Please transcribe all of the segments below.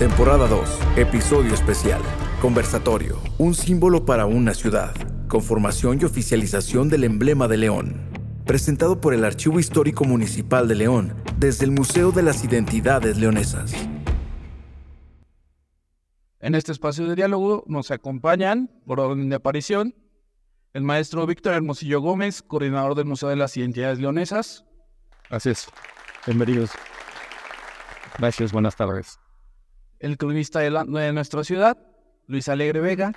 Temporada 2, episodio especial. Conversatorio, un símbolo para una ciudad. Conformación y oficialización del emblema de León. Presentado por el Archivo Histórico Municipal de León, desde el Museo de las Identidades Leonesas. En este espacio de diálogo nos acompañan, por orden de aparición, el maestro Víctor Hermosillo Gómez, coordinador del Museo de las Identidades Leonesas. Así es. Bienvenidos. Gracias, buenas tardes. El cronista de nuestra ciudad, Luis Alegre Vega.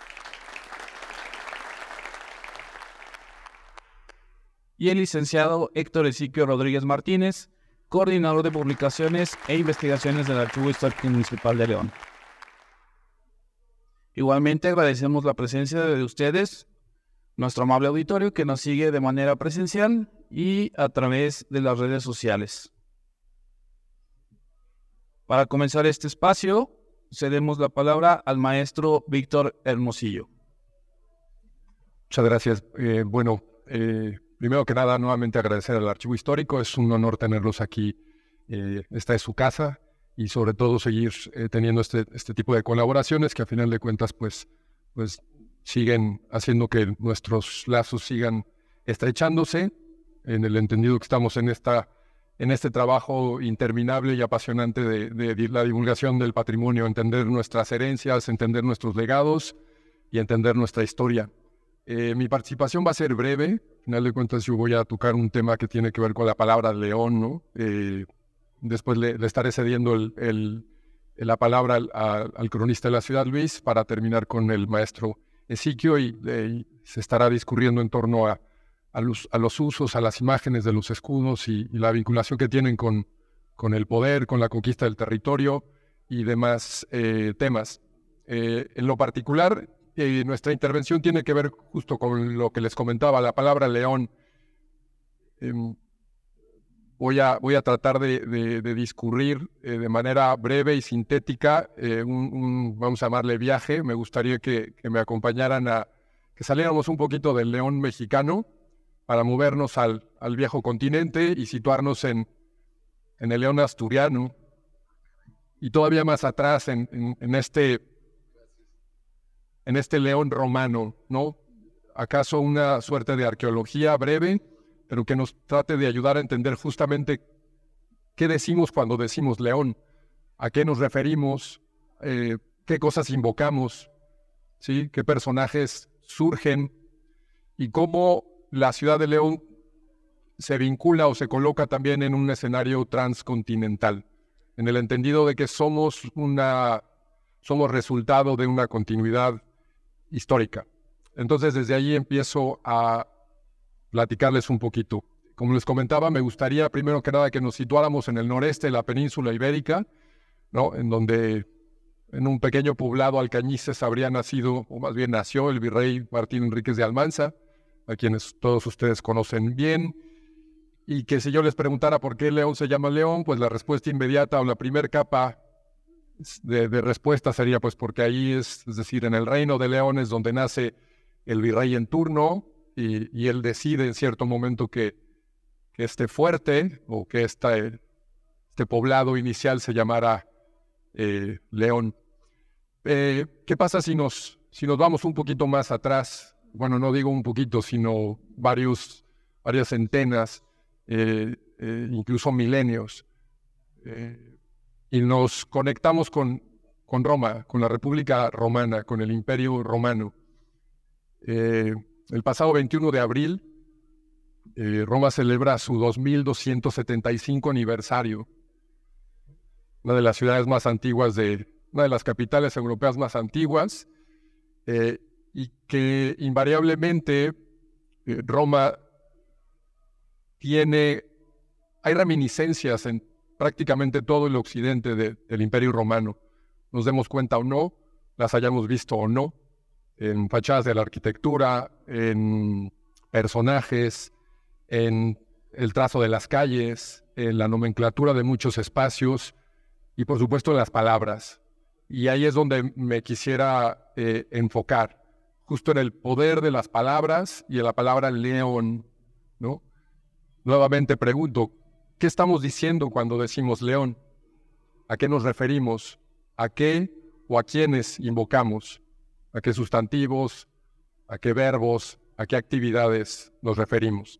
Y el licenciado Héctor Ezequiel Rodríguez Martínez, coordinador de publicaciones e investigaciones del Archivo Histórico Municipal de León. Igualmente agradecemos la presencia de ustedes, nuestro amable auditorio que nos sigue de manera presencial y a través de las redes sociales. Para comenzar este espacio, cedemos la palabra al maestro Víctor Hermosillo. Muchas gracias. Primero que nada, nuevamente agradecer al Archivo Histórico. Es un honor tenerlos aquí. Esta es su casa y sobre todo seguir teniendo este tipo de colaboraciones que a final de cuentas pues siguen haciendo que nuestros lazos sigan estrechándose en el entendido que estamos en este trabajo interminable y apasionante de la divulgación del patrimonio, entender nuestras herencias, entender nuestros legados y entender nuestra historia. Mi participación va a ser breve. Al final de cuentas yo voy a tocar un tema que tiene que ver con la palabra león, ¿no? Después le estaré cediendo la palabra al cronista de la ciudad, Luis, para terminar con el maestro Ezequiel y se estará discurriendo en torno a los usos, a las imágenes de los escudos y la vinculación que tienen con el poder, con la conquista del territorio y demás temas. En lo particular, nuestra intervención tiene que ver justo con lo que les comentaba, la palabra león. Voy a tratar de discurrir de manera breve y sintética vamos a llamarle viaje. Me gustaría que me acompañaran que saliéramos un poquito del León mexicano para movernos al viejo continente y situarnos en el León asturiano y todavía más atrás en este León romano, ¿no? ¿Acaso una suerte de arqueología breve, pero que nos trate de ayudar a entender justamente qué decimos cuando decimos León, a qué nos referimos, qué cosas invocamos, ¿sí? Qué personajes surgen y cómo la ciudad de León se vincula o se coloca también en un escenario transcontinental, en el entendido de que somos resultado de una continuidad histórica. Entonces, desde ahí empiezo a platicarles un poquito. Como les comentaba, me gustaría primero que nada que nos situáramos en el noreste de la península ibérica, ¿no? En donde en un pequeño poblado Alcañices habría nacido, o más bien nació, el virrey Martín Enríquez de Almanza, a quienes todos ustedes conocen bien, y que si yo les preguntara por qué León se llama León, pues la respuesta inmediata o la primer capa de respuesta sería pues porque ahí es decir, en el reino de León es donde nace el virrey en turno, y él decide en cierto momento que este fuerte o que este poblado inicial se llamara León. ¿Qué pasa si nos vamos un poquito más atrás? Bueno, no digo un poquito, sino varias centenas, incluso milenios, y nos conectamos con Roma, con la República Romana, con el Imperio Romano. El pasado 21 de abril, Roma celebra su 2275 aniversario, una de las ciudades más antiguas, una de las capitales europeas más antiguas, y que invariablemente Roma hay reminiscencias en prácticamente todo el occidente del Imperio Romano. Nos demos cuenta o no, las hayamos visto o no, en fachadas de la arquitectura, en personajes, en el trazo de las calles, en la nomenclatura de muchos espacios y por supuesto en las palabras. Y ahí es donde me quisiera enfocar, justo en el poder de las palabras y en la palabra león, ¿no? Nuevamente pregunto, ¿qué estamos diciendo cuando decimos león? ¿A qué nos referimos? a qué o a quiénes invocamos, a qué sustantivos, a qué verbos, a qué actividades nos referimos.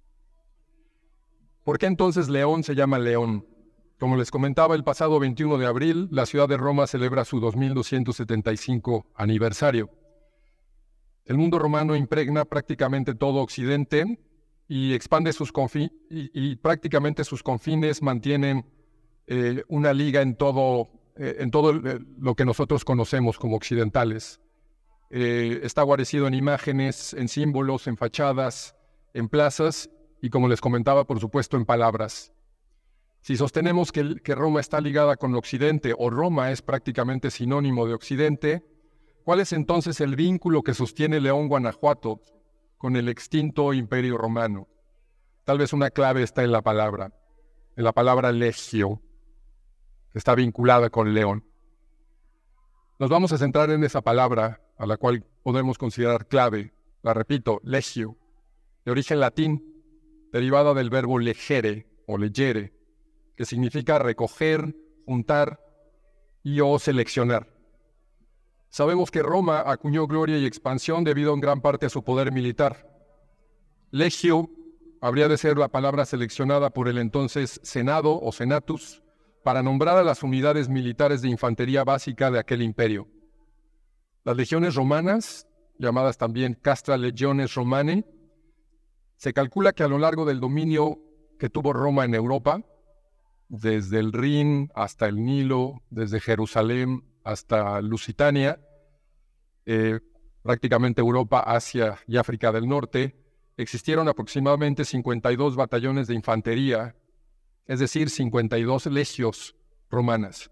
¿Por qué entonces León se llama León? Como les comentaba, el pasado 21 de abril, la ciudad de Roma celebra su 2275 aniversario. El mundo romano impregna prácticamente todo Occidente y expande y prácticamente sus confines mantienen una liga en todo lo que nosotros conocemos como occidentales. Está guarecido en imágenes, en símbolos, en fachadas, en plazas y, como les comentaba, por supuesto, en palabras. Si sostenemos que Roma está ligada con Occidente o Roma es prácticamente sinónimo de Occidente, ¿cuál es entonces el vínculo que sostiene León, Guanajuato, con el extinto Imperio Romano? Tal vez una clave está en la palabra legio, que está vinculada con León. Nos vamos a centrar en esa palabra, a la cual podemos considerar clave. La repito, legio, de origen latín, derivada del verbo legere o legere, que significa recoger, juntar o seleccionar. Sabemos que Roma acuñó gloria y expansión debido en gran parte a su poder militar. Legio habría de ser la palabra seleccionada por el entonces Senado o Senatus para nombrar a las unidades militares de infantería básica de aquel imperio. Las legiones romanas, llamadas también Castra Legiones Romanae, se calcula que a lo largo del dominio que tuvo Roma en Europa, desde el Rin hasta el Nilo, desde Jerusalén hasta Lusitania, prácticamente Europa, Asia y África del Norte, existieron aproximadamente 52 batallones de infantería, es decir, 52 legios romanas.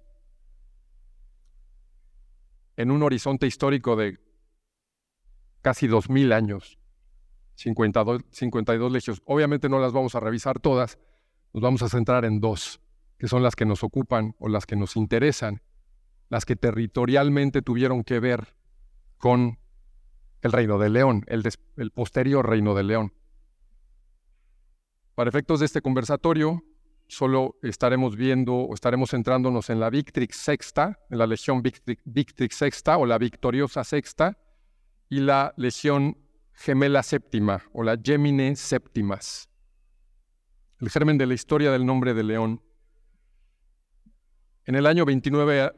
En un horizonte histórico de casi 2000 años, 52 legios. Obviamente no las vamos a revisar todas, nos vamos a centrar en dos, que son las que nos ocupan o las que nos interesan, las que territorialmente tuvieron que ver con el Reino de León, el posterior Reino de León. Para efectos de este conversatorio, solo estaremos viendo o estaremos centrándonos en la Victrix Sexta, en la Legión Victrix Sexta o la Victoriosa Sexta, y la Legión Gemela Séptima o la Gemine Septimas. El germen de la historia del nombre de León. En el año 29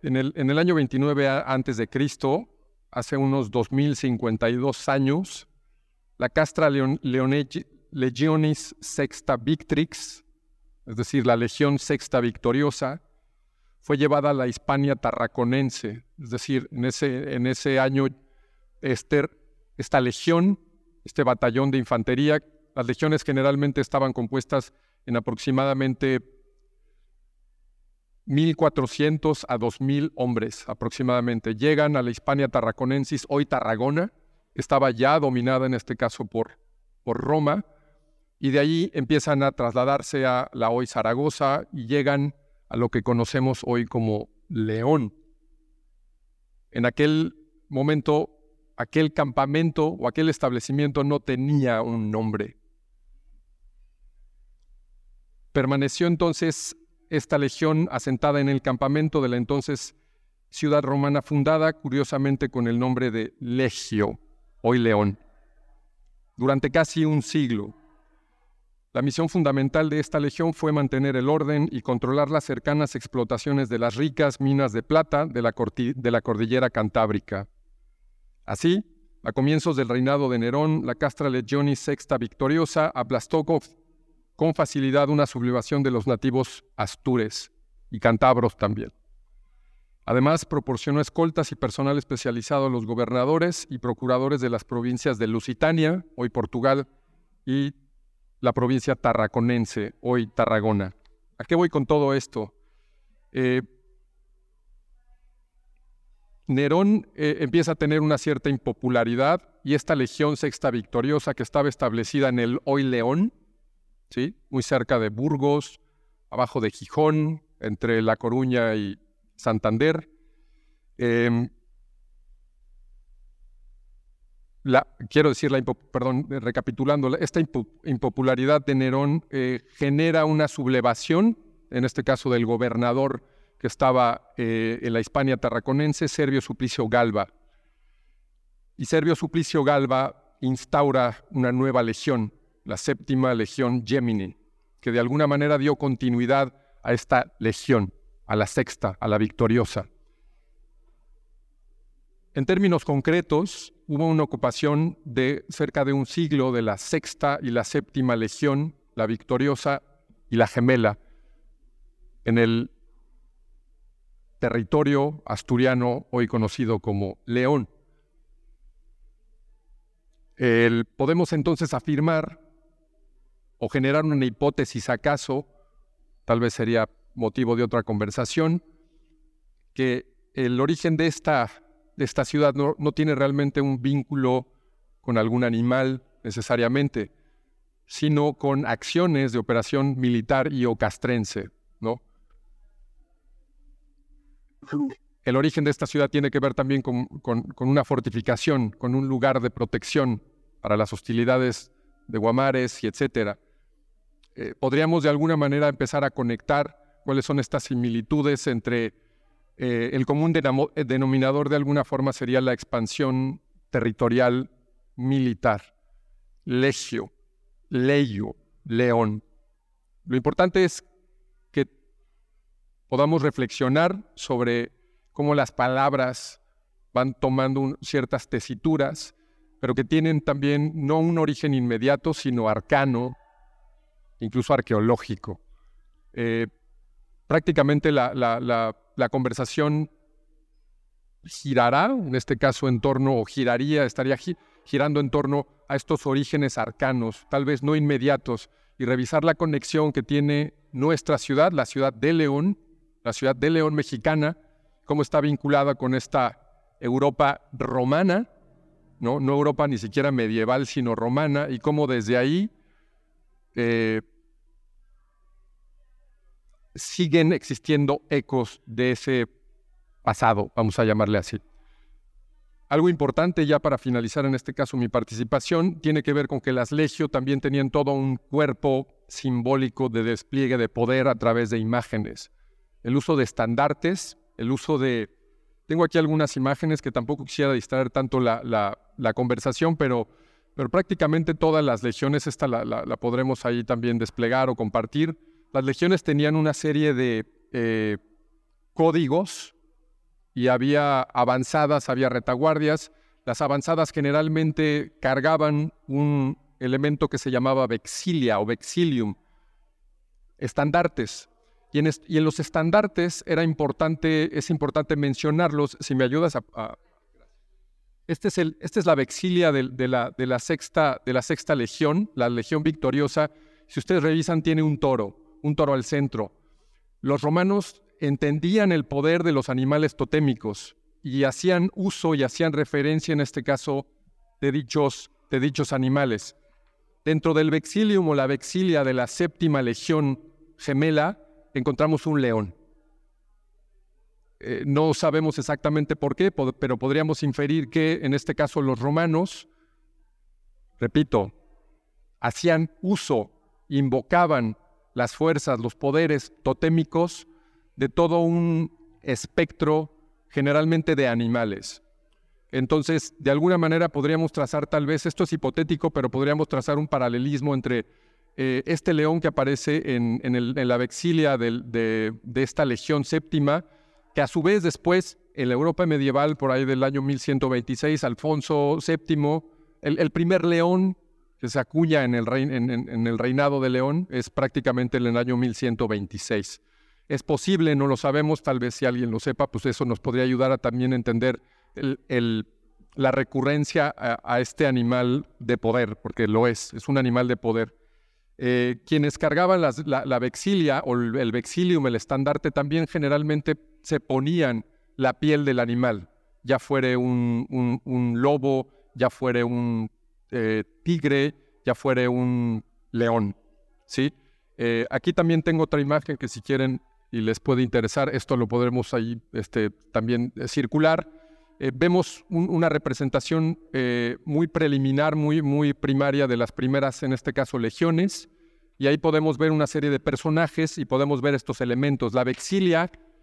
antes de Cristo, hace unos 2052 años, la Castra Legionis Sexta Victrix, es decir, la Legión Sexta Victoriosa, fue llevada a la Hispania Tarraconense, es decir, en ese año esta legión, este batallón de infantería, las legiones generalmente estaban compuestas en aproximadamente 1,400 a 2,000 hombres aproximadamente. Llegan a la Hispania Tarraconensis, hoy Tarragona, estaba ya dominada en este caso por Roma, y de ahí empiezan a trasladarse a la hoy Zaragoza y llegan a lo que conocemos hoy como León. En aquel momento, aquel campamento o aquel establecimiento no tenía un nombre. Permaneció entonces esta legión asentada en el campamento de la entonces ciudad romana fundada, curiosamente con el nombre de Legio, hoy León, durante casi un siglo. La misión fundamental de esta legión fue mantener el orden y controlar las cercanas explotaciones de las ricas minas de plata de la cordillera Cantábrica. Así, a comienzos del reinado de Nerón, la Castra Legionis Sexta Victoriosa aplastó con facilidad una sublevación de los nativos astures y cántabros también. Además, proporcionó escoltas y personal especializado a los gobernadores y procuradores de las provincias de Lusitania, hoy Portugal, y la provincia tarraconense, hoy Tarragona. ¿A qué voy con todo esto? Nerón empieza a tener una cierta impopularidad y esta legión sexta victoriosa que estaba establecida en el hoy León, ¿sí?, muy cerca de Burgos, abajo de Gijón, entre La Coruña y Santander. Recapitulando, esta impopularidad de Nerón genera una sublevación, en este caso del gobernador que estaba en la Hispania tarraconense, Servio Suplicio Galba. Y Servio Suplicio Galba instaura una nueva legión, la séptima legión Gemini, que de alguna manera dio continuidad a esta legión, a la sexta, a la victoriosa. En términos concretos, hubo una ocupación de cerca de un siglo de la sexta y la séptima legión, la victoriosa y la gemela, en el territorio asturiano hoy conocido como León. Podemos entonces afirmar o generar una hipótesis acaso, tal vez sería motivo de otra conversación, que el origen de esta ciudad no tiene realmente un vínculo con algún animal necesariamente, sino con acciones de operación militar y o castrense, ¿no? El origen de esta ciudad tiene que ver también con una fortificación, con un lugar de protección para las hostilidades de Guamares y etcétera. Podríamos de alguna manera empezar a conectar cuáles son estas similitudes entre el común denominador de alguna forma sería la expansión territorial militar, legio, leio, león. Lo importante es que podamos reflexionar sobre cómo las palabras van tomando ciertas tesituras, pero que tienen también no un origen inmediato, sino arcano, incluso arqueológico. Prácticamente la conversación girará, en este caso estaría girando en torno a estos orígenes arcanos, tal vez no inmediatos, y revisar la conexión que tiene nuestra ciudad, la ciudad de León mexicana, cómo está vinculada con esta Europa romana, no Europa ni siquiera medieval, sino romana, y cómo desde ahí siguen existiendo ecos de ese pasado, vamos a llamarle así. Algo importante ya para finalizar en este caso mi participación, tiene que ver con que las legio también tenían todo un cuerpo simbólico de despliegue de poder a través de imágenes. El uso de estandartes, tengo aquí algunas imágenes que tampoco quisiera distraer tanto la conversación, pero prácticamente todas las legiones, esta la podremos ahí también desplegar o compartir. Las legiones tenían una serie de códigos y había avanzadas, había retaguardias. Las avanzadas generalmente cargaban un elemento que se llamaba vexilia o vexilium, estandartes. Y en los estandartes es importante mencionarlos. Si me ayudas Esta es la vexilia de la sexta legión, la legión victoriosa. Si ustedes revisan, tiene un toro al centro. Los romanos entendían el poder de los animales totémicos y hacían uso y hacían referencia, en este caso, de dichos animales. Dentro del vexilium o la vexilia de la séptima legión gemela, encontramos un león. No sabemos exactamente por qué, pero podríamos inferir que, en este caso, los romanos, repito, hacían uso, invocaban las fuerzas, los poderes totémicos de todo un espectro generalmente de animales. Entonces, de alguna manera podríamos trazar, tal vez, esto es hipotético, pero podríamos trazar un paralelismo entre este león que aparece en la vexilia de esta legión séptima, que a su vez después, en la Europa medieval, por ahí del año 1126, Alfonso VII, el primer león que se acuña en el reinado de León, es prácticamente en el año 1126. Es posible, no lo sabemos, tal vez si alguien lo sepa, pues eso nos podría ayudar a también entender la recurrencia a este animal de poder, porque lo es un animal de poder. Quienes cargaban la vexilia o el vexilium, el estandarte, también generalmente se ponían la piel del animal, ya fuere un lobo, ya fuere un tigre, ya fuere un león, ¿sí? Aquí también tengo otra imagen que si quieren y les puede interesar, esto lo podremos ahí también circular. Vemos una representación muy preliminar, muy primaria de las primeras, en este caso, legiones, y ahí podemos ver una serie de personajes y podemos ver estos elementos. La vexilia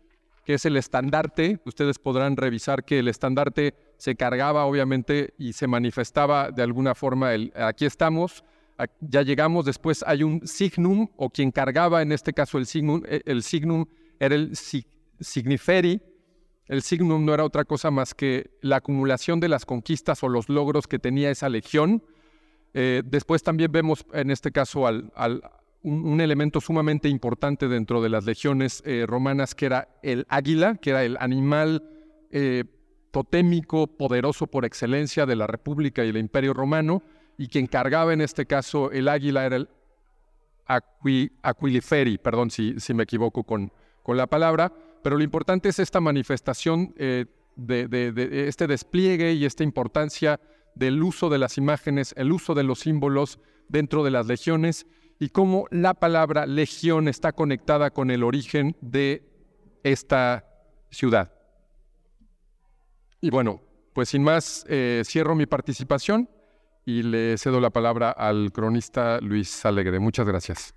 que es el estandarte. Ustedes podrán revisar que el estandarte se cargaba, obviamente, y se manifestaba de alguna forma aquí estamos, ya llegamos. Después hay un signum, o quien cargaba, en este caso el signum era el signiferi. El signum no era otra cosa más que la acumulación de las conquistas o los logros que tenía esa legión. Después también vemos, en este caso, un elemento sumamente importante dentro de las legiones romanas, que era el águila, que era el animal totémico, poderoso por excelencia de la República y el Imperio Romano, y quien cargaba en este caso el águila era el aquiliferi, perdón si me equivoco con la palabra, pero lo importante es esta manifestación de este despliegue y esta importancia del uso de las imágenes, el uso de los símbolos dentro de las legiones, y cómo la palabra legión está conectada con el origen de esta ciudad. Y bueno, pues sin más, cierro mi participación y le cedo la palabra al cronista Luis Alegre. Muchas gracias.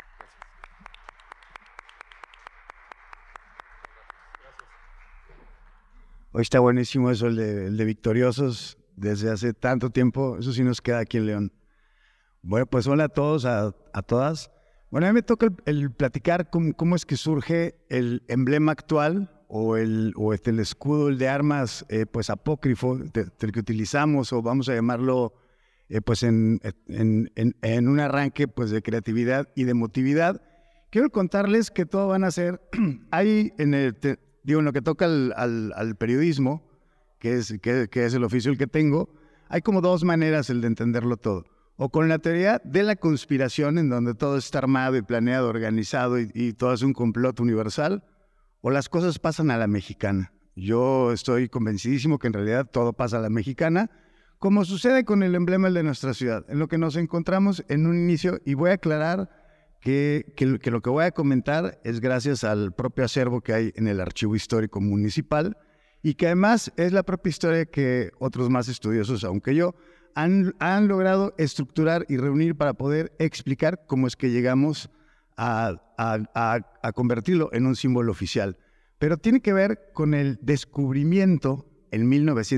Hoy está buenísimo eso, el de victoriosos desde hace tanto tiempo. Eso sí nos queda aquí en León. Bueno, pues hola a todos, a todas. Bueno, a mí me toca el platicar cómo es que surge el emblema actual o el escudo, el de armas, pues apócrifo, del que utilizamos, o vamos a llamarlo, pues en un arranque pues de creatividad y de emotividad. Quiero contarles que todo van a ser, hay en lo que toca al periodismo, que es el oficio el que tengo, hay como dos maneras el de entenderlo todo. O con la teoría de la conspiración, en donde todo está armado y planeado, organizado y todo es un complot universal, o las cosas pasan a la mexicana. Yo estoy convencidísimo que en realidad todo pasa a la mexicana, como sucede con el emblema de nuestra ciudad, en lo que nos encontramos en un inicio, y voy a aclarar que lo que voy a comentar es gracias al propio acervo que hay en el Archivo Histórico Municipal, y que además es la propia historia que otros más estudiosos, aunque yo, han logrado estructurar y reunir para poder explicar cómo es que llegamos a convertirlo en un símbolo oficial. Pero tiene que ver con el descubrimiento en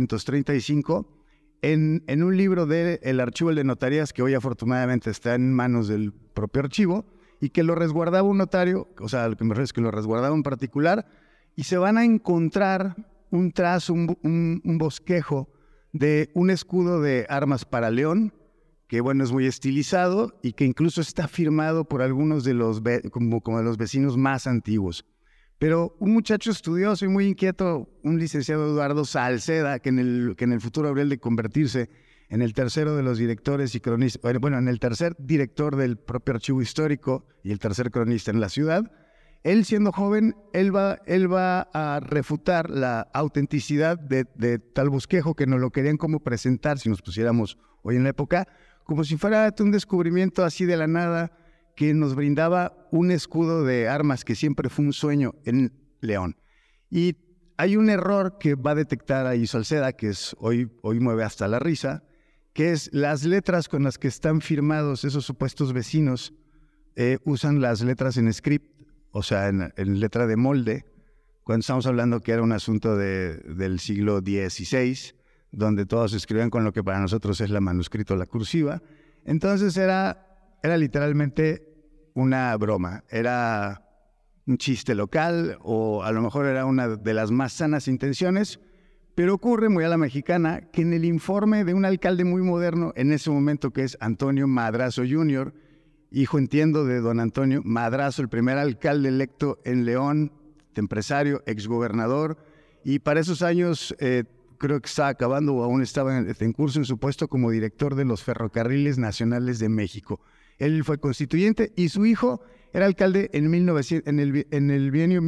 1935 en un libro del Archivo de Notarías, que hoy afortunadamente está en manos del propio archivo, y que lo resguardaba un notario, o sea, lo que me refiero es que lo resguardaba en particular, y se van a encontrar un trazo, un bosquejo de un escudo de armas para León, que bueno, es muy estilizado y que incluso está firmado por algunos de los como de los vecinos más antiguos. Pero un muchacho estudioso y muy inquieto, un licenciado Eduardo Salceda, que en el futuro habría de convertirse en el tercero de los directores y cronistas, bueno, en el tercer director del propio Archivo Histórico y el tercer cronista en la ciudad. Él, siendo joven, él va a refutar la autenticidad de tal bosquejo, que nos lo querían como presentar, si nos pusiéramos hoy en la época, como si fuera un descubrimiento así de la nada, que nos brindaba un escudo de armas que siempre fue un sueño en León. Y hay un error que va a detectar ahí Salceda, que es hoy mueve hasta la risa, que es las letras con las que están firmados esos supuestos vecinos, usan las letras en script, o sea, en letra de molde, cuando estamos hablando que era un asunto del siglo XVI, donde todos escribían con lo que para nosotros es la manuscrito, la cursiva. Entonces era literalmente una broma, era un chiste local, o a lo mejor era una de las más sanas intenciones, pero ocurre muy a la mexicana que en el informe de un alcalde muy moderno en ese momento, que es Antonio Madrazo Jr., hijo, entiendo, de don Antonio Madrazo, el primer alcalde electo en León, empresario, exgobernador, y para esos años creo que estaba acabando o aún estaba en curso en su puesto como director de los Ferrocarriles Nacionales de México. Él fue constituyente y su hijo era alcalde en el bienio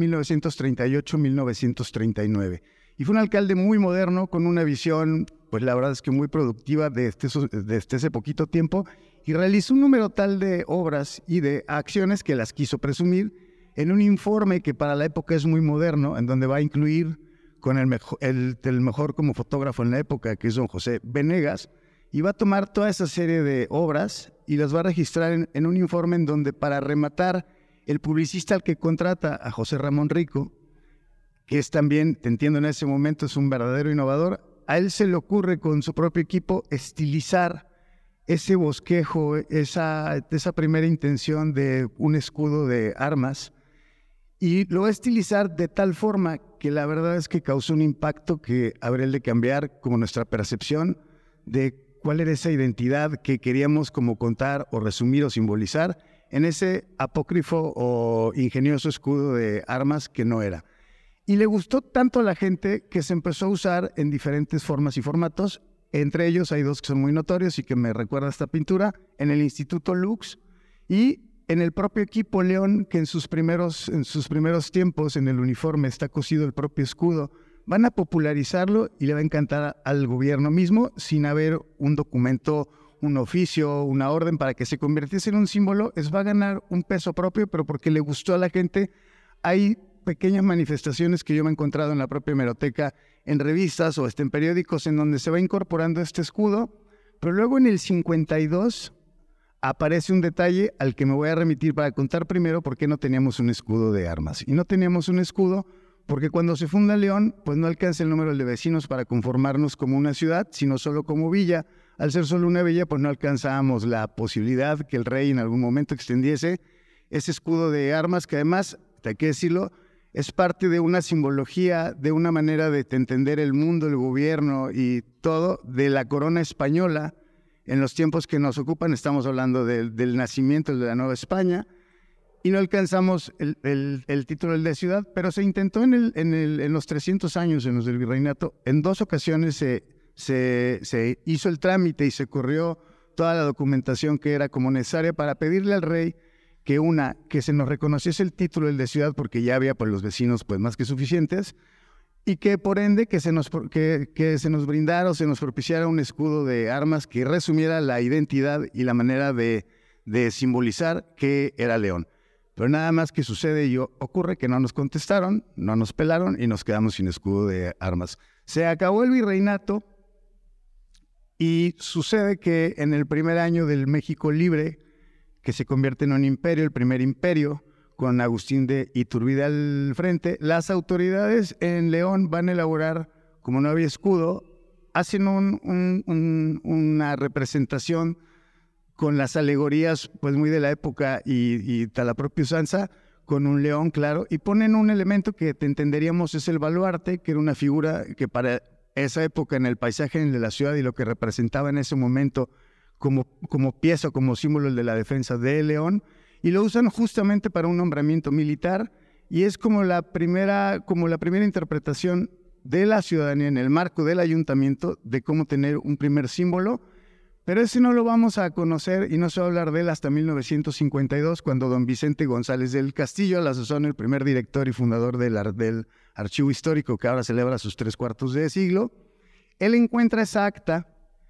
1938-1939. Y fue un alcalde muy moderno, con una visión, pues la verdad es que muy productiva desde ese poquito tiempo, y realizó un número tal de obras y de acciones que las quiso presumir en un informe que para la época es muy moderno, en donde va a incluir con el mejor como fotógrafo en la época, que es don José Venegas, y va a tomar toda esa serie de obras y las va a registrar en un informe en donde, para rematar, el publicista al que contrata, a José Ramón Rico, que es también, te entiendo en ese momento, es un verdadero innovador. A él se le ocurre con su propio equipo estilizar ese bosquejo, esa primera intención de un escudo de armas, y lo va a estilizar de tal forma que la verdad es que causó un impacto que habría de cambiar como nuestra percepción de cuál era esa identidad que queríamos como contar o resumir o simbolizar en ese apócrifo o ingenioso escudo de armas que no era. Y le gustó tanto a la gente que se empezó a usar en diferentes formas y formatos. Entre ellos hay dos que son muy notorios y que me recuerda esta pintura, en el Instituto Lux y en el propio equipo León, que en sus primeros tiempos en el uniforme está cosido el propio escudo. Van a popularizarlo y le va a encantar al gobierno mismo sin haber un documento, un oficio, una orden para que se convirtiese en un símbolo. Va a ganar un peso propio, pero porque le gustó a la gente. Hay pequeñas manifestaciones que yo me he encontrado en la propia hemeroteca, en revistas o en periódicos, en donde se va incorporando este escudo, pero luego en el 52 aparece un detalle al que me voy a remitir para contar primero por qué no teníamos un escudo de armas. Y no teníamos un escudo porque cuando se funda León, pues no alcanza el número de vecinos para conformarnos como una ciudad, sino solo como villa. Al ser solo una villa, pues no alcanzábamos la posibilidad que el rey en algún momento extendiese ese escudo de armas, que además, hay que decirlo, es parte de una simbología, de una manera de entender el mundo, el gobierno y todo de la corona española. En los tiempos que nos ocupan estamos hablando del nacimiento de la Nueva España y no alcanzamos el título de ciudad, pero se intentó en los 300 años en los del virreinato. En 2 ocasiones se hizo el trámite y se corrió toda la documentación que era como necesaria para pedirle al rey que se nos reconociese el título de ciudad, porque ya había pues los vecinos pues más que suficientes, y que por ende que se nos brindara o se nos propiciara un escudo de armas que resumiera la identidad y la manera de simbolizar que era León. Pero nada más que sucede y ocurre que no nos contestaron, no nos pelaron y nos quedamos sin escudo de armas. Se acabó el virreinato y sucede que en el primer año del México Libre, que se convierte en un imperio, el primer imperio, con Agustín de Iturbide al frente, las autoridades en León van a elaborar, como no había escudo, hacen una representación con las alegorías pues muy de la época y de la propia usanza, con un león, claro, y ponen un elemento que te entenderíamos es el baluarte, que era una figura que para esa época en el paisaje de la ciudad y lo que representaba en ese momento como pieza, como símbolo de la defensa de León, y lo usan justamente para un nombramiento militar, y es como la primera interpretación de la ciudadanía en el marco del ayuntamiento de cómo tener un primer símbolo, pero ese no lo vamos a conocer y no se va a hablar de él hasta 1952, cuando don Vicente González del Castillo, a la sazón el primer director y fundador del Archivo Histórico, que ahora celebra sus 3/4 de siglo, él encuentra esa acta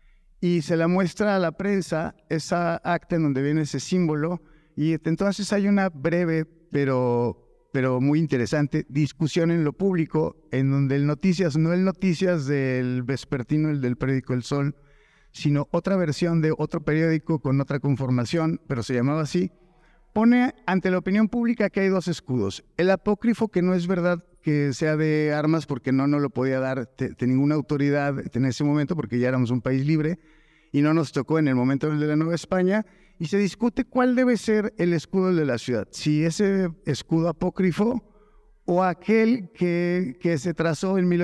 y se la muestra a la prensa, esa acta en donde viene ese símbolo, y entonces hay una breve, pero muy interesante, discusión en lo público, en donde no el Noticias del vespertino, el del periódico El Sol, sino otra versión de otro periódico con otra conformación, pero se llamaba así, pone ante la opinión pública que hay 2 escudos. El apócrifo, que no es verdad que sea de armas, porque no lo podía dar de ninguna autoridad en ese momento, porque ya éramos un país libre, y no nos tocó en el momento de la Nueva España, y se discute cuál debe ser el escudo de la ciudad, si ese escudo apócrifo o aquel que se trazó en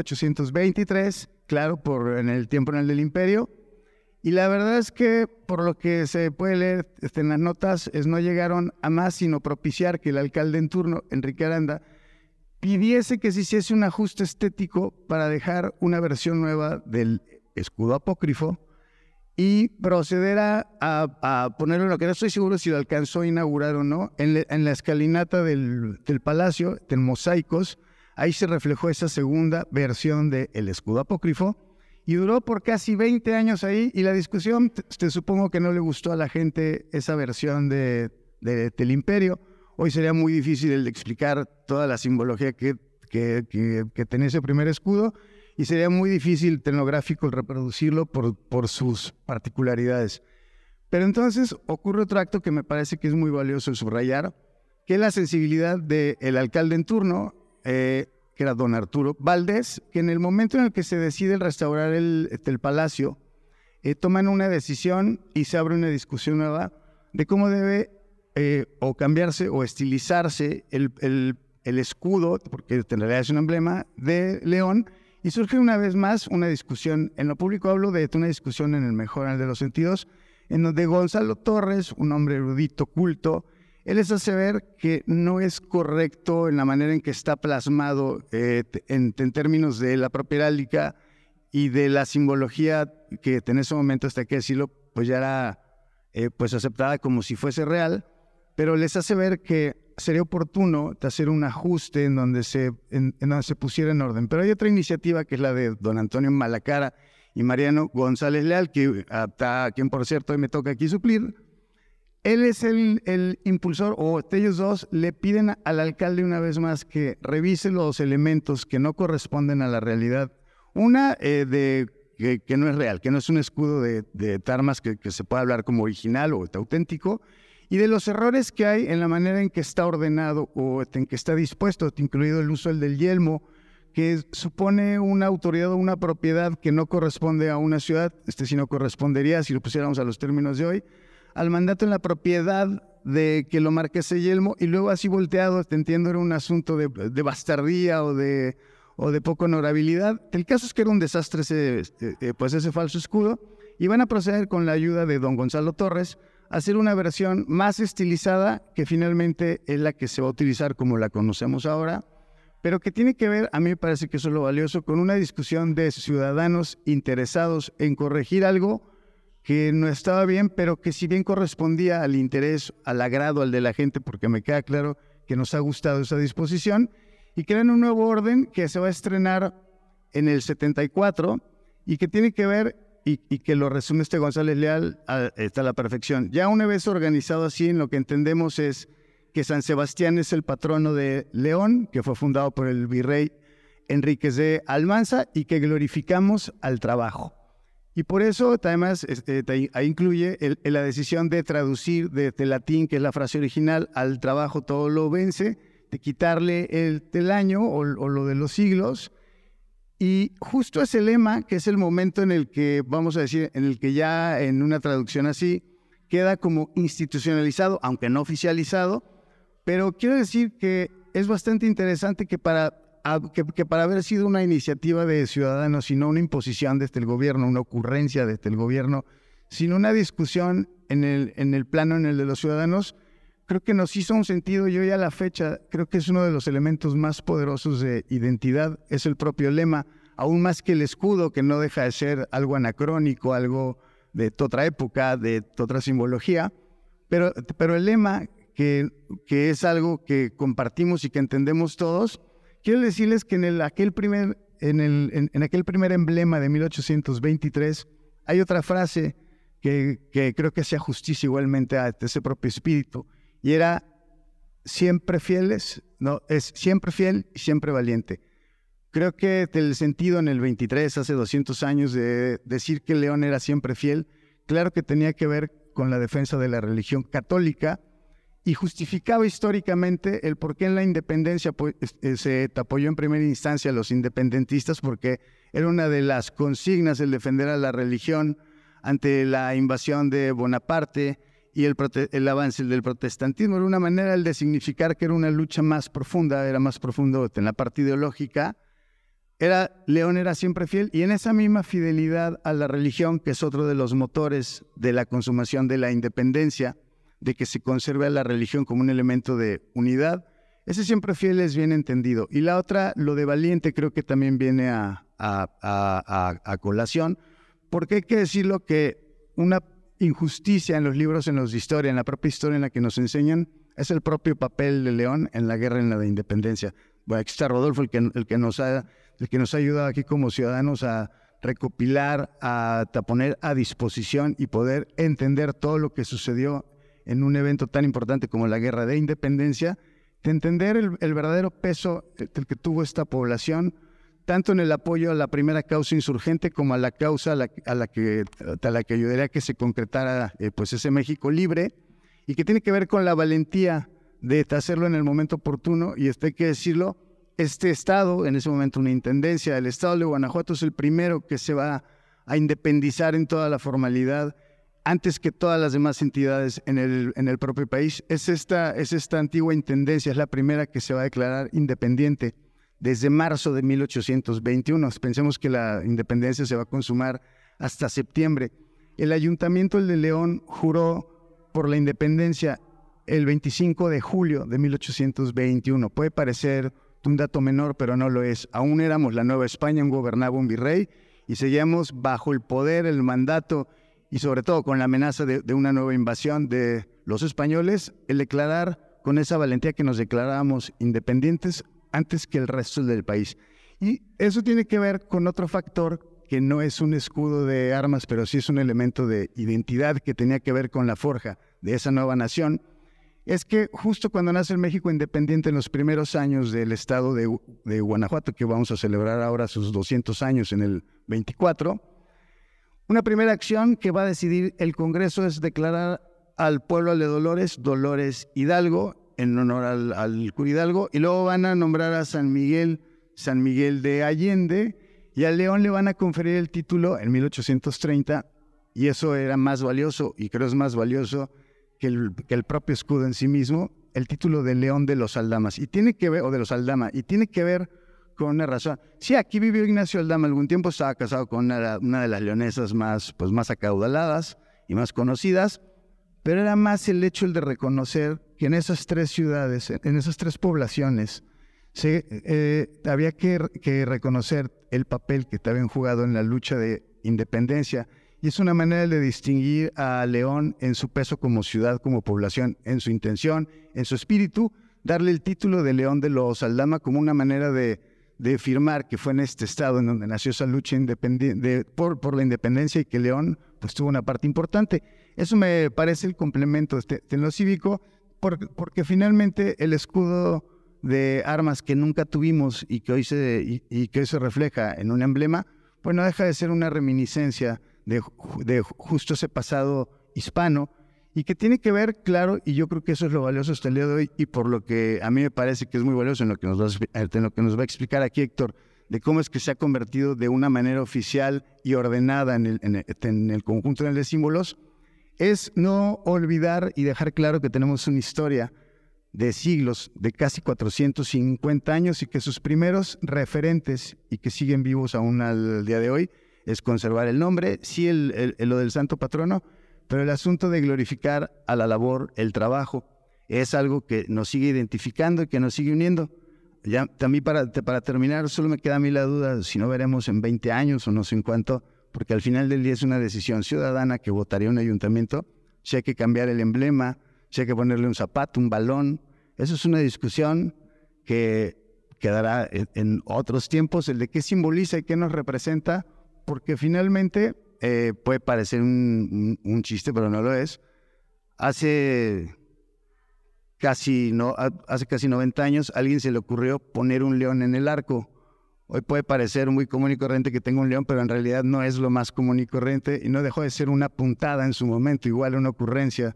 1823, claro, en el tiempo en el del Imperio. Y la verdad es que, por lo que se puede leer en las notas, no llegaron a más sino propiciar que el alcalde en turno, Enrique Aranda, pidiese que se hiciese un ajuste estético para dejar una versión nueva del escudo apócrifo y proceder a ponerlo en lo que no estoy seguro si lo alcanzó a inaugurar o no, en la escalinata del palacio, en mosaicos. Ahí se reflejó esa segunda versión del escudo apócrifo, y duró por casi 20 años ahí, y la discusión, te supongo que no le gustó a la gente esa versión del imperio. Hoy sería muy difícil el de explicar toda la simbología que tenía ese primer escudo, y sería muy difícil tecnográfico el reproducirlo por sus particularidades. Pero entonces ocurre otro acto que me parece que es muy valioso el subrayar, que es la sensibilidad del alcalde en turno, que era don Arturo Valdés, que en el momento en el que se decide restaurar el palacio, toman una decisión y se abre una discusión nueva de cómo debe o cambiarse o estilizarse el escudo, porque en realidad es un emblema de León, y surge una vez más una discusión. En lo público hablo de una discusión en el mejor de los sentidos, en donde Gonzalo Torres, un hombre erudito, culto, él les hace ver que no es correcto en la manera en que está plasmado en términos de la propia heráldica y de la simbología que en ese momento, hasta que decirlo, pues ya era pues aceptada como si fuese real, pero les hace ver que sería oportuno hacer un ajuste en donde se pusiera en orden. Pero hay otra iniciativa que es la de don Antonio Malacara y Mariano González Leal, a quien por cierto hoy me toca aquí suplir. Él es el impulsor, o ellos dos le piden al alcalde una vez más que revise los elementos que no corresponden a la realidad. Una que no es real, que no es un escudo de armas que se pueda hablar como original o auténtico, y de los errores que hay en la manera en que está ordenado o en que está dispuesto, incluido el uso del yelmo, que supone una autoridad o una propiedad que no corresponde a una ciudad, sino correspondería, si lo pusiéramos a los términos de hoy, al mandato en la propiedad de que lo marque ese yelmo, y luego así volteado, te entiendo, era un asunto de bastardía o de poca honorabilidad. El caso es que era un desastre ese falso escudo, y van a proceder con la ayuda de don Gonzalo Torres a hacer una versión más estilizada, que finalmente es la que se va a utilizar como la conocemos ahora, pero que tiene que ver, a mí me parece que eso es lo valioso, con una discusión de ciudadanos interesados en corregir algo que no estaba bien, pero que si bien correspondía al interés, al agrado, al de la gente, porque me queda claro que nos ha gustado esa disposición, y crean un nuevo orden que se va a estrenar en el 74 y que tiene que ver, y que lo resume González Leal está a la perfección. Ya una vez organizado así, en lo que entendemos es que San Sebastián es el patrono de León, que fue fundado por el virrey Enríquez de Almanza, y que glorificamos al trabajo. Y por eso, además, ahí incluye la decisión de traducir de latín, que es la frase original, al trabajo todo lo vence, de quitarle el año o lo de los siglos. Y justo ese lema, que es el momento en el que, vamos a decir, en el que ya en una traducción así, queda como institucionalizado, aunque no oficializado, pero quiero decir que es bastante interesante que para haber sido una iniciativa de ciudadanos y no una imposición desde el gobierno, una ocurrencia desde el gobierno, sino una discusión en el plano en el de los ciudadanos, creo que nos hizo un sentido. Yo ya a la fecha creo que es uno de los elementos más poderosos de identidad, es el propio lema, aún más que el escudo, que no deja de ser algo anacrónico, algo de otra época, de otra simbología, pero el lema, que es algo que compartimos y que entendemos todos. Quiero decirles que en aquel primer emblema de 1823 hay otra frase que creo que hacía justicia igualmente a ese propio espíritu, y era siempre fieles, no, es siempre fiel y siempre valiente. Creo que el sentido en el 23, hace 200 años, de decir que León era siempre fiel, claro que tenía que ver con la defensa de la religión católica, y justificaba históricamente el por qué en la independencia se apoyó en primera instancia a los independentistas, porque era una de las consignas el defender a la religión ante la invasión de Bonaparte y el avance del protestantismo. Era una manera de significar que era una lucha más profunda, era más profundo en la parte ideológica. León era siempre fiel, y en esa misma fidelidad a la religión, que es otro de los motores de la consumación de la independencia, de que se conserve a la religión como un elemento de unidad, ese siempre fiel es bien entendido. Y la otra, lo de valiente, creo que también viene a colación, porque hay que decirlo que una injusticia en los libros, en los de historia, en la propia historia en la que nos enseñan, es el propio papel de León en la guerra en la de independencia. Bueno, aquí está Rodolfo, el que nos ha ayudado aquí como ciudadanos a recopilar, a poner a disposición y poder entender todo lo que sucedió en un evento tan importante como la Guerra de Independencia, de entender el verdadero peso del que tuvo esta población, tanto en el apoyo a la primera causa insurgente como a la causa a la que ayudaría a que se concretara pues ese México libre, y que tiene que ver con la valentía de hacerlo en el momento oportuno, y esto hay que decirlo, este estado, en ese momento una intendencia, el estado de Guanajuato es el primero que se va a independizar en toda la formalidad, antes que todas las demás entidades en el propio país. Es esta antigua intendencia, es la primera que se va a declarar independiente desde marzo de 1821. Pensemos que la independencia se va a consumar hasta septiembre. El Ayuntamiento de León juró por la independencia el 25 de julio de 1821. Puede parecer un dato menor, pero no lo es. Aún éramos la Nueva España, aún gobernaba un virrey y seguíamos bajo el poder, el mandato y sobre todo con la amenaza de una nueva invasión de los españoles. El declarar con esa valentía que nos declarábamos independientes antes que el resto del país. Y eso tiene que ver con otro factor que no es un escudo de armas, pero sí es un elemento de identidad que tenía que ver con la forja de esa nueva nación. Es que justo cuando nace el México independiente, en los primeros años del estado de Guanajuato, que vamos a celebrar ahora sus 200 años en el 24, una primera acción que va a decidir el Congreso es declarar al pueblo de Dolores Hidalgo, en honor al cura Hidalgo, y luego van a nombrar a San Miguel de Allende, y a León le van a conferir el título en 1830, y eso era más valioso, y creo es más valioso que el propio escudo en sí mismo, el título de León de los Aldamas, y tiene que ver, o de los Aldama, y tiene que ver con una razón. Sí, aquí vivió Ignacio Aldama algún tiempo, estaba casado con una de las leonesas más acaudaladas y más conocidas, pero era más el hecho de reconocer que en esas tres ciudades, en esas tres poblaciones, había que reconocer el papel que te habían jugado en la lucha de independencia. Y es una manera de distinguir a León en su peso como ciudad, como población, en su intención, en su espíritu, darle el título de León de los Aldama como una manera de firmar que fue en este estado en donde nació esa lucha por la independencia y que León pues tuvo una parte importante. Eso me parece el complemento en lo cívico, porque finalmente el escudo de armas que nunca tuvimos y que hoy se refleja en un emblema, pues no deja de ser una reminiscencia de justo ese pasado hispano, y que tiene que ver, claro, y yo creo que eso es lo valioso hasta el día de hoy, y por lo que a mí me parece que es muy valioso en lo que nos va a explicar aquí Héctor, de cómo es que se ha convertido de una manera oficial y ordenada en el conjunto de símbolos, es no olvidar y dejar claro que tenemos una historia de siglos, de casi 450 años, y que sus primeros referentes, y que siguen vivos aún al día de hoy, es conservar el nombre, sí lo del santo patrono, pero el asunto de glorificar a la labor, el trabajo, es algo que nos sigue identificando y que nos sigue uniendo. Ya también para terminar, solo me queda a mí la duda si no veremos en 20 años o no sé en cuánto, porque al final del día es una decisión ciudadana que votaría un ayuntamiento, si hay que cambiar el emblema, si hay que ponerle un zapato, un balón. Eso es una discusión que quedará en otros tiempos, el de qué simboliza y qué nos representa, porque finalmente puede parecer un chiste, pero no lo es. Hace casi 90 años a alguien se le ocurrió poner un león en el arco. Hoy puede parecer muy común y corriente que tenga un león, pero en realidad no es lo más común y corriente, y no dejó de ser una puntada en su momento, igual una ocurrencia,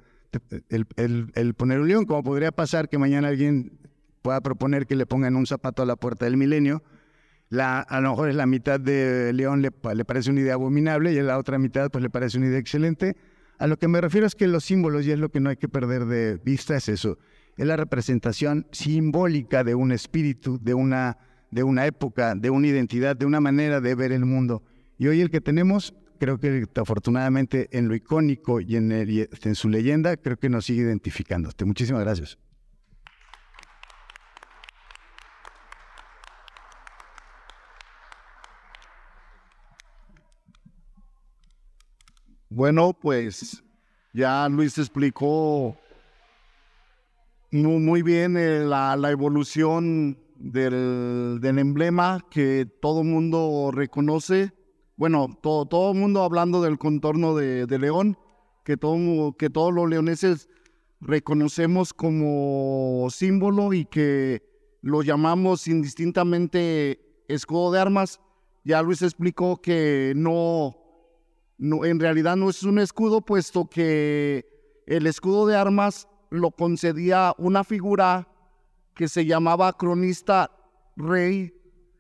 el poner un león, como podría pasar que mañana alguien pueda proponer que le pongan un zapato a la puerta del milenio. A lo mejor es la mitad de León le parece una idea abominable y a la otra mitad pues le parece una idea excelente. A lo que me refiero es que los símbolos, y es lo que no hay que perder de vista, es eso. Es la representación simbólica de un espíritu, de una época, de una identidad, de una manera de ver el mundo. Y hoy el que tenemos, creo que afortunadamente en lo icónico y en su leyenda, creo que nos sigue identificando. Muchísimas gracias. Bueno, pues ya Luis explicó muy bien la evolución del emblema que todo mundo reconoce. Bueno, todo mundo hablando del contorno de León, que todos los leoneses reconocemos como símbolo y que lo llamamos indistintamente escudo de armas. Ya Luis explicó que no, en realidad no es un escudo, puesto que el escudo de armas lo concedía una figura que se llamaba cronista rey,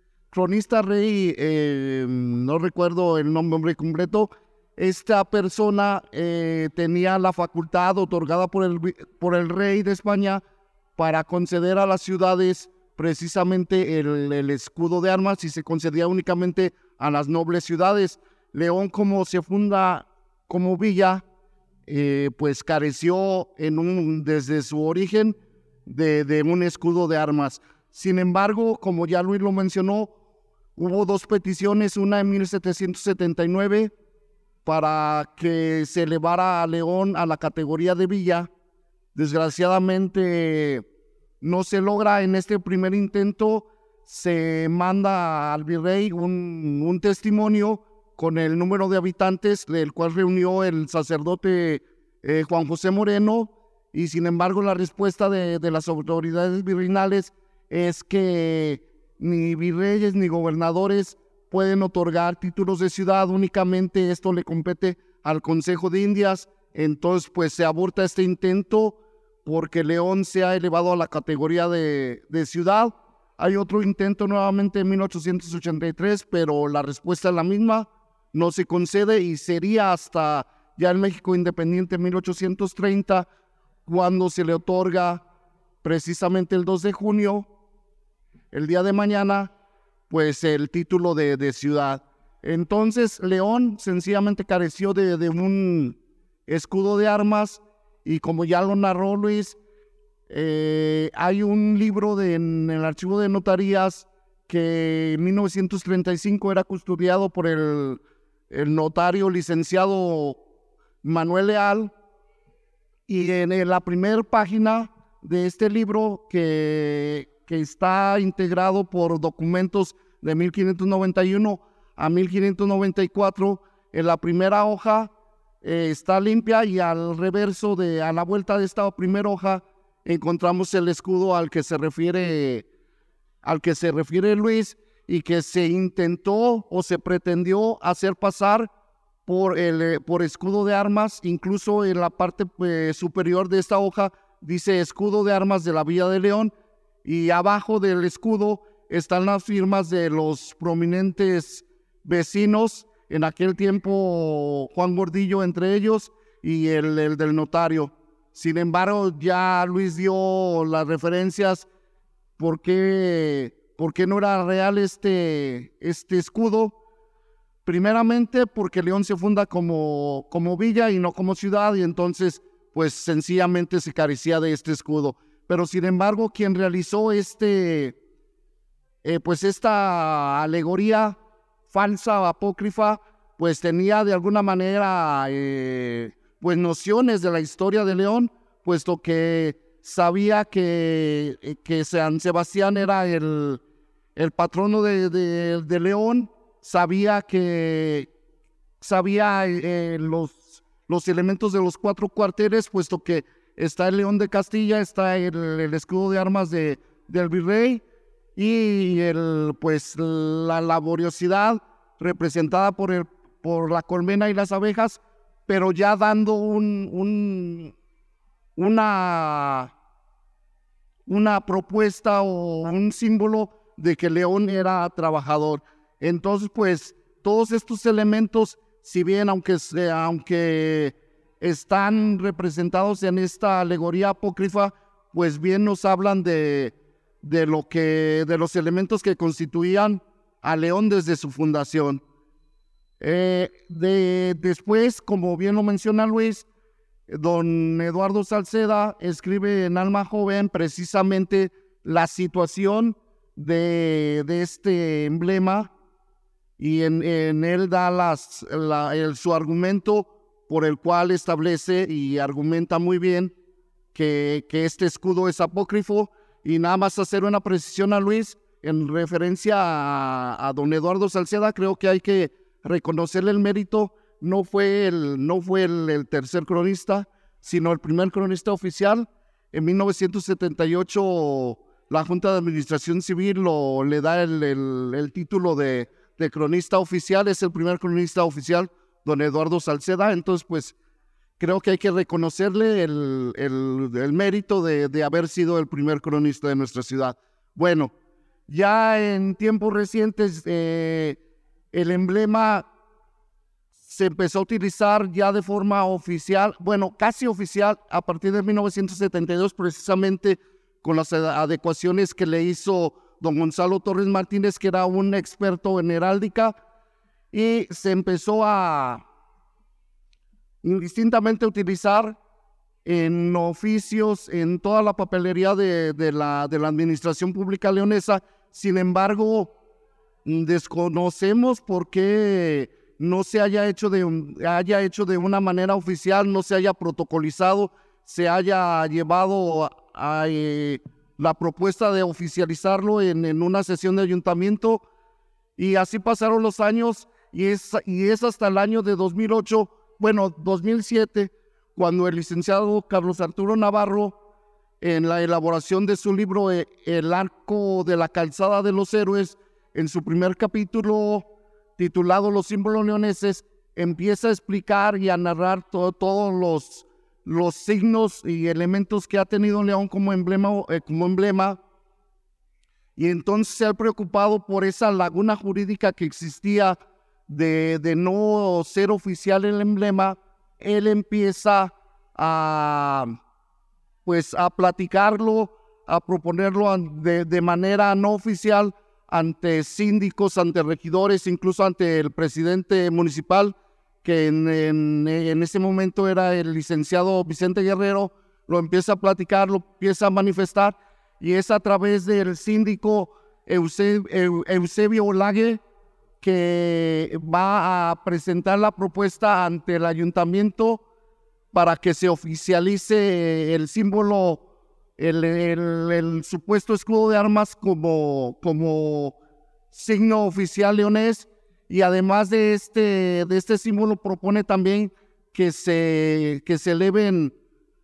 no recuerdo el nombre completo. Esta persona tenía la facultad otorgada por el rey de España para conceder a las ciudades precisamente el escudo de armas, y se concedía únicamente a las nobles ciudades. León, como se funda como villa, pues careció desde su origen de un escudo de armas. Sin embargo, como ya Luis lo mencionó, hubo dos peticiones, una en 1779 para que se elevara a León a la categoría de villa. Desgraciadamente no se logra. En este primer intento se manda al virrey un testimonio con el número de habitantes, del cual reunió el sacerdote Juan José Moreno, y sin embargo la respuesta de las autoridades virreinales es que ni virreyes ni gobernadores pueden otorgar títulos de ciudad, únicamente esto le compete al Consejo de Indias. Entonces pues se aborta este intento porque León se ha elevado a la categoría de ciudad. Hay otro intento nuevamente en 1883, pero la respuesta es la misma, no se concede, y sería hasta ya el México independiente en 1830 cuando se le otorga precisamente el 2 de junio, el día de mañana, pues el título de ciudad. Entonces León sencillamente careció de un escudo de armas, y como ya lo narró Luis, hay un libro en el archivo de notarías que en 1935 era custodiado por el notario licenciado Manuel Leal, y en la primera página de este libro, que está integrado por documentos de 1591 a 1594, en la primera hoja está limpia, y al reverso, a la vuelta de esta primera hoja, encontramos el escudo al que se refiere Luis, y que se intentó o se pretendió hacer pasar por escudo de armas. Incluso en la parte superior de esta hoja dice escudo de armas de la Villa de León, y abajo del escudo están las firmas de los prominentes vecinos en aquel tiempo, Juan Gordillo entre ellos, y el del notario. Sin embargo, ya Luis dio las referencias por qué no era real este escudo. Primeramente porque León se funda como villa y no como ciudad, y entonces pues sencillamente se carecía de este escudo. Pero sin embargo, quien realizó esta alegoría falsa o apócrifa, pues tenía de alguna manera pues nociones de la historia de León, puesto que sabía que San Sebastián era el patrono de León, sabía los elementos de los 4 cuarteles, puesto que está el León de Castilla, está el escudo de armas del virrey, y la laboriosidad representada por la colmena y las abejas, pero ya dando una propuesta o un símbolo de que León era trabajador. Entonces, pues, todos estos elementos, si bien aunque están representados en esta alegoría apócrifa, pues bien nos hablan de los elementos que constituían a León desde su fundación. Después, como bien lo menciona Luis, don Eduardo Salceda escribe en Alma Joven precisamente la situación de este emblema, y en él da su argumento por el cual establece y argumenta muy bien que este escudo es apócrifo. Y nada más hacer una precisión a Luis en referencia a don Eduardo Salceda, creo que hay que reconocerle el mérito. No fue el tercer cronista, sino el primer cronista oficial. En 1978 la Junta de Administración Civil le da el título de cronista oficial. Es el primer cronista oficial, don Eduardo Salceda. Entonces, pues, creo que hay que reconocerle el mérito de haber sido el primer cronista de nuestra ciudad. Bueno, Ya en tiempos recientes el emblema se empezó a utilizar ya de forma oficial, bueno, casi oficial, a partir de 1972, precisamente con las adecuaciones que le hizo don Gonzalo Torres Martínez, que era un experto en heráldica, y se empezó a indistintamente utilizar en oficios, en toda la papelería de la administración pública leonesa. Sin embargo, desconocemos por qué no se haya hecho de una manera oficial, no se haya protocolizado, se haya llevado a la propuesta de oficializarlo en una sesión de ayuntamiento, y así pasaron los años, y es hasta el año de 2007, cuando el licenciado Carlos Arturo Navarro, en la elaboración de su libro El Arco de la Calzada de los Héroes, en su primer capítulo titulado Los símbolos leoneses, empieza a explicar y a narrar todos los signos y elementos que ha tenido León como emblema, y entonces se ha preocupado por esa laguna jurídica que existía de no ser oficial el emblema. Él empieza a platicarlo, a proponerlo de manera no oficial ante síndicos, ante regidores, incluso ante el presidente municipal, que en ese momento era el licenciado Vicente Guerrero. Lo empieza a platicar, lo empieza a manifestar, y es a través del síndico Eusebio Olague que va a presentar la propuesta ante el ayuntamiento para que se oficialice el símbolo, el supuesto escudo de armas como signo oficial leonés. Y además de este símbolo, propone también que se eleven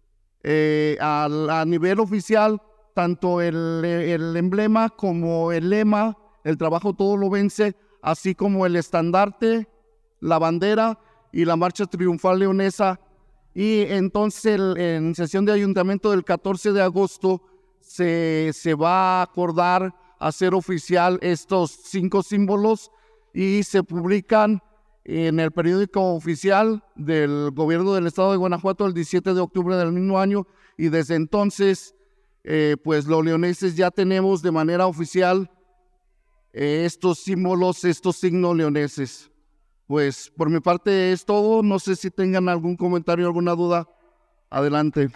a nivel oficial tanto el emblema como el lema, el trabajo todo lo vence, así como el estandarte, la bandera y la marcha triunfal leonesa. Y entonces en sesión de ayuntamiento del 14 de agosto se va a acordar hacer oficial estos 5 símbolos, y se publican en el periódico oficial del gobierno del estado de Guanajuato el 17 de octubre del mismo año. Y desde entonces, pues los leoneses ya tenemos de manera oficial estos símbolos, estos signos leoneses. Pues por mi parte es todo. No sé si tengan algún comentario, alguna duda. Adelante.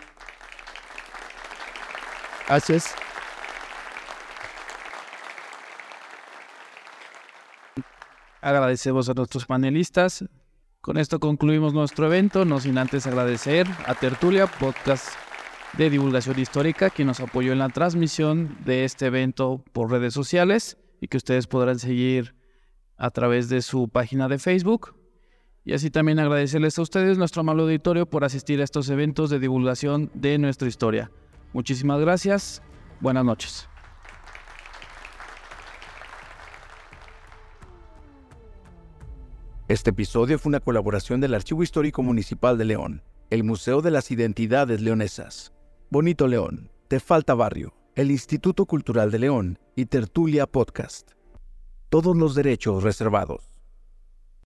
Gracias. Agradecemos a nuestros panelistas. Con esto concluimos nuestro evento, no sin antes agradecer a Tertulia, podcast de divulgación histórica, quien nos apoyó en la transmisión de este evento por redes sociales y que ustedes podrán seguir a través de su página de Facebook. Y así también agradecerles a ustedes, nuestro amable auditorio, por asistir a estos eventos de divulgación de nuestra historia. Muchísimas gracias. Buenas noches. Este episodio fue una colaboración del Archivo Histórico Municipal de León, el Museo de las Identidades Leonesas, Bonito León, Te Falta Barrio, el Instituto Cultural de León y Tertulia Podcast. Todos los derechos reservados.